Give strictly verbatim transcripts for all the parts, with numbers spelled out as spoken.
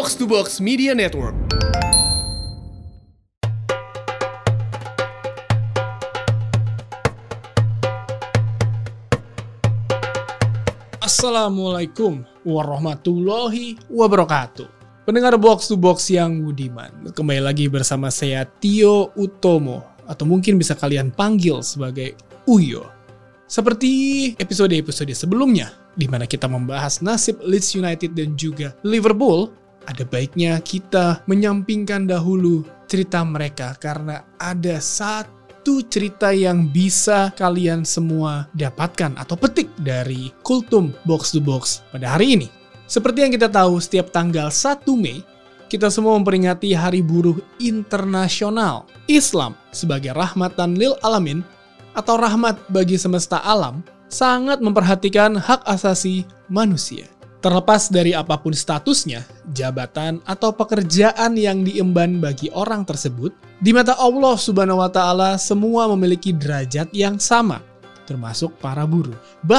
Box to Box Media Network. Assalamualaikum warahmatullahi wabarakatuh. Pendengar Box to Box yang budiman, kembali lagi bersama saya Tio Utomo, atau mungkin bisa kalian panggil sebagai Uyo. Seperti episode-episode sebelumnya, di mana kita membahas nasib Leeds United dan juga Liverpool, ada baiknya kita menyampingkan dahulu cerita mereka karena ada satu cerita yang bisa kalian semua dapatkan atau petik dari Kultum Box to Box pada hari ini. Seperti yang kita tahu, setiap tanggal satu Mei, kita semua memperingati Hari Buruh Internasional. Islam sebagai rahmatan lil alamin atau rahmat bagi semesta alam sangat memperhatikan hak asasi manusia. Terlepas dari apapun statusnya, jabatan atau pekerjaan yang diemban bagi orang tersebut, di mata Allah Subhanahu wa Ta'ala semua memiliki derajat yang sama, termasuk para buruh.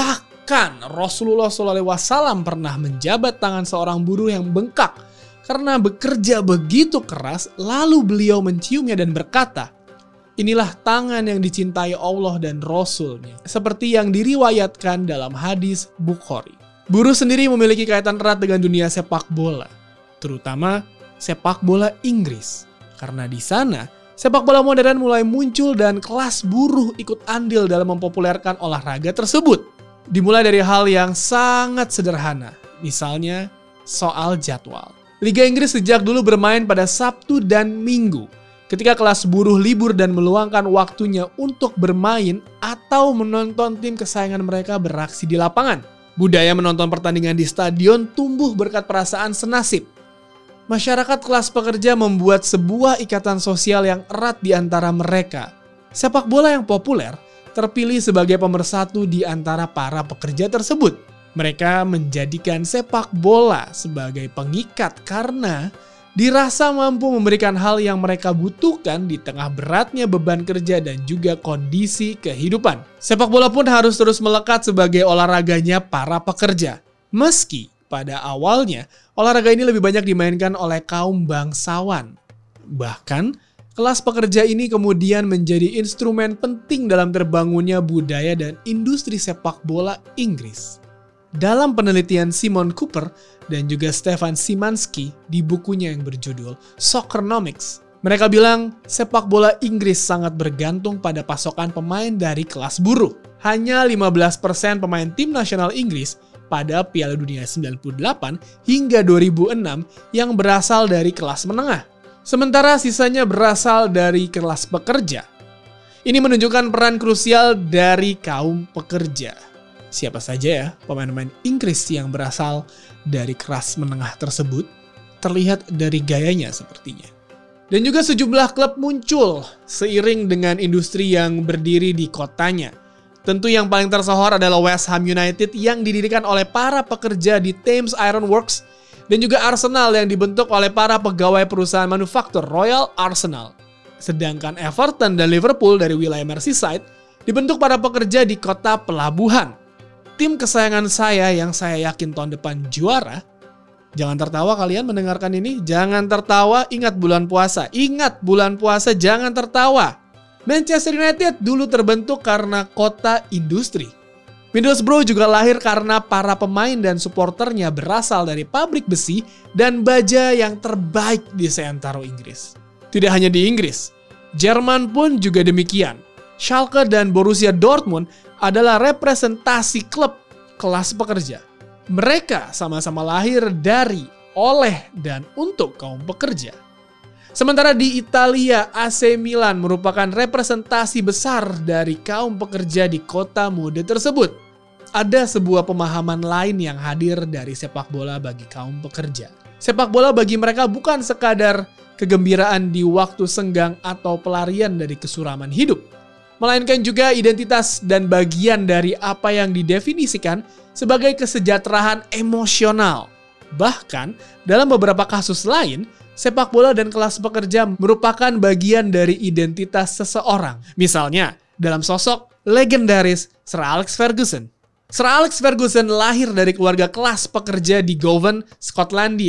Bahkan Rasulullah shallallahu alaihi wasallam pernah menjabat tangan seorang buruh yang bengkak karena bekerja begitu keras, lalu beliau menciumnya dan berkata, "Inilah tangan yang dicintai Allah dan Rasul-Nya," seperti yang diriwayatkan dalam hadis Bukhari. Buruh sendiri memiliki kaitan erat dengan dunia sepak bola, terutama sepak bola Inggris. Karena di sana, sepak bola modern mulai muncul dan kelas buruh ikut andil dalam mempopulerkan olahraga tersebut. Dimulai dari hal yang sangat sederhana, misalnya soal jadwal. Liga Inggris sejak dulu bermain pada Sabtu dan Minggu, ketika kelas buruh libur dan meluangkan waktunya untuk bermain atau menonton tim kesayangan mereka beraksi di lapangan. Budaya menonton pertandingan di stadion tumbuh berkat perasaan senasib. Masyarakat kelas pekerja membuat sebuah ikatan sosial yang erat di antara mereka. Sepak bola yang populer terpilih sebagai pemersatu di antara para pekerja tersebut. Mereka menjadikan sepak bola sebagai pengikat karena dirasa mampu memberikan hal yang mereka butuhkan di tengah beratnya beban kerja dan juga kondisi kehidupan. Sepak bola pun harus terus melekat sebagai olahraganya para pekerja. Meski pada awalnya olahraga ini lebih banyak dimainkan oleh kaum bangsawan. Bahkan kelas pekerja ini kemudian menjadi instrumen penting dalam terbangunnya budaya dan industri sepak bola Inggris. Dalam penelitian Simon Cooper dan juga Stefan Szymanski di bukunya yang berjudul Soccernomics, mereka bilang sepak bola Inggris sangat bergantung pada pasokan pemain dari kelas buruh. Hanya lima belas persen pemain tim nasional Inggris pada Piala Dunia sembilan puluh delapan hingga dua ribu enam yang berasal dari kelas menengah. Sementara sisanya berasal dari kelas pekerja. Ini menunjukkan peran krusial dari kaum pekerja. Siapa saja ya pemain-pemain Inggris yang berasal dari kelas menengah tersebut? Terlihat dari gayanya sepertinya. Dan juga sejumlah klub muncul seiring dengan industri yang berdiri di kotanya. Tentu yang paling tersohor adalah West Ham United yang didirikan oleh para pekerja di Thames Iron Works dan juga Arsenal yang dibentuk oleh para pegawai perusahaan manufaktur Royal Arsenal. Sedangkan Everton dan Liverpool dari wilayah Merseyside dibentuk para pekerja di kota pelabuhan. Tim kesayangan saya yang saya yakin tahun depan juara. Jangan tertawa kalian mendengarkan ini. Jangan tertawa, ingat bulan puasa. Ingat bulan puasa, jangan tertawa. Manchester United dulu terbentuk karena kota industri. Middlesbrough juga lahir karena para pemain dan supporternya berasal dari pabrik besi dan baja yang terbaik di seantero Inggris. Tidak hanya di Inggris, Jerman pun juga demikian. Schalke dan Borussia Dortmund adalah representasi klub kelas pekerja. Mereka sama-sama lahir dari, oleh, dan untuk kaum pekerja. Sementara di Italia, A C Milan merupakan representasi besar dari kaum pekerja di kota muda tersebut. Ada sebuah pemahaman lain yang hadir dari sepak bola bagi kaum pekerja. Sepak bola bagi mereka bukan sekadar kegembiraan di waktu senggang atau pelarian dari kesuraman hidup, melainkan juga identitas dan bagian dari apa yang didefinisikan sebagai kesejahteraan emosional. Bahkan, dalam beberapa kasus lain, sepak bola dan kelas pekerja merupakan bagian dari identitas seseorang. Misalnya, dalam sosok legendaris Sir Alex Ferguson. Sir Alex Ferguson lahir dari keluarga kelas pekerja di Govan, Skotlandia.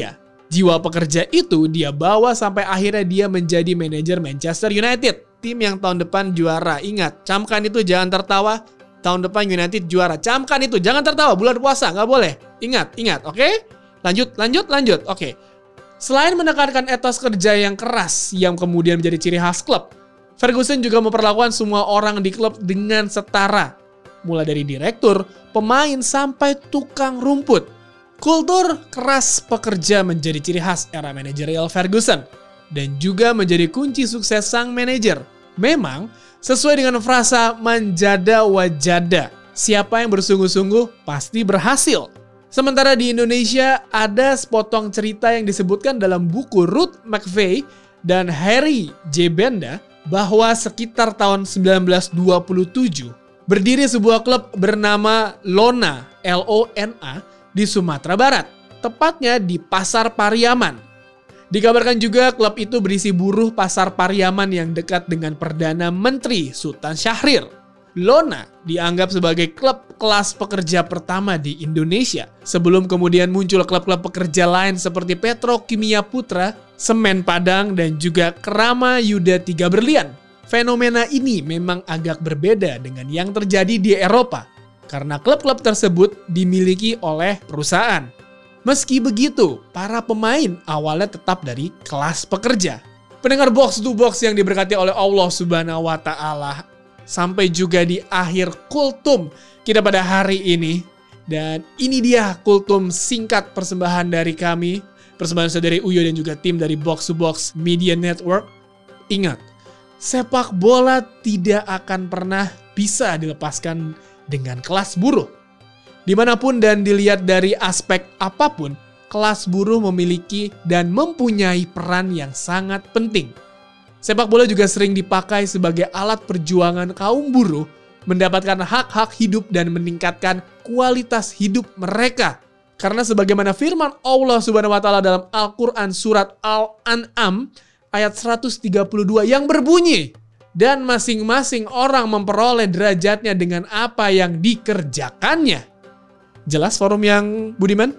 Jiwa pekerja itu dia bawa sampai akhirnya dia menjadi manajer Manchester United. Tim yang tahun depan juara. Ingat, camkan itu, jangan tertawa. Tahun depan United juara. Camkan itu, jangan tertawa. Bulan puasa, nggak boleh. Ingat, ingat, oke? Okay? Lanjut, lanjut, lanjut. Oke. Okay. Selain menekankan etos kerja yang keras yang kemudian menjadi ciri khas klub, Ferguson juga memperlakukan semua orang di klub dengan setara. Mulai dari direktur, pemain, sampai tukang rumput. Kultur keras pekerja menjadi ciri khas era manajerial Ferguson dan juga menjadi kunci sukses sang manajer. Memang sesuai dengan frasa manjada wajada, siapa yang bersungguh-sungguh pasti berhasil. Sementara di Indonesia ada sepotong cerita yang disebutkan dalam buku Ruth McVeigh dan Harry J. Benda bahwa sekitar tahun sembilan belas dua puluh tujuh berdiri sebuah klub bernama Lona, L O N A, di Sumatera Barat, tepatnya di Pasar Pariaman. Dikabarkan juga klub itu berisi buruh Pasar Pariaman yang dekat dengan Perdana Menteri Sultan Syahrir. Lona dianggap sebagai klub kelas pekerja pertama di Indonesia, sebelum kemudian muncul klub-klub pekerja lain seperti Petrokimia Putra, Semen Padang, dan juga Kerama Yuda Tiga Berlian. Fenomena ini memang agak berbeda dengan yang terjadi di Eropa, karena klub-klub tersebut dimiliki oleh perusahaan. Meski begitu, para pemain awalnya tetap dari kelas pekerja. Pendengar Box to Box yang diberkati oleh Allah Subhanahu wa Ta'ala, sampai juga di akhir kultum kita pada hari ini. Dan ini dia kultum singkat persembahan dari kami, persembahan saudari Uyo dan juga tim dari Box to Box Media Network. Ingat, sepak bola tidak akan pernah bisa dilepaskan dengan kelas buruh. Dimanapun dan dilihat dari aspek apapun, kelas buruh memiliki dan mempunyai peran yang sangat penting. Sepak bola juga sering dipakai sebagai alat perjuangan kaum buruh mendapatkan hak-hak hidup dan meningkatkan kualitas hidup mereka. Karena sebagaimana firman Allah Subhanahu wa Ta'ala dalam Al-Quran surat Al-An'am ayat seratus tiga puluh dua yang berbunyi, dan masing-masing orang memperoleh derajatnya dengan apa yang dikerjakannya. Jelas forum yang budiman?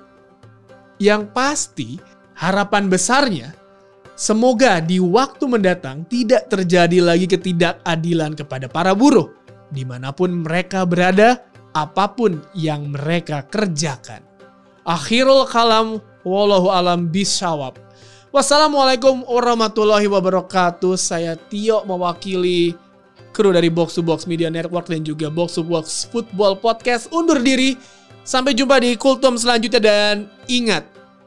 Yang pasti harapan besarnya, semoga di waktu mendatang tidak terjadi lagi ketidakadilan kepada para buruh, dimanapun mereka berada, apapun yang mereka kerjakan. Akhirul kalam, wallahu alam bisawab. Wassalamualaikum warahmatullahi wabarakatuh. Saya Tio mewakili kru dari Box to Box Media Network dan juga Box to Box Football Podcast undur diri. Sampai jumpa di kultum selanjutnya dan ingat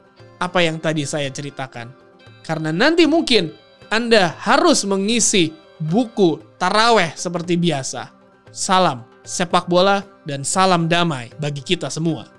apa yang tadi saya ceritakan. Karena nanti mungkin Anda harus mengisi buku taraweh seperti biasa. Salam sepak bola dan salam damai bagi kita semua.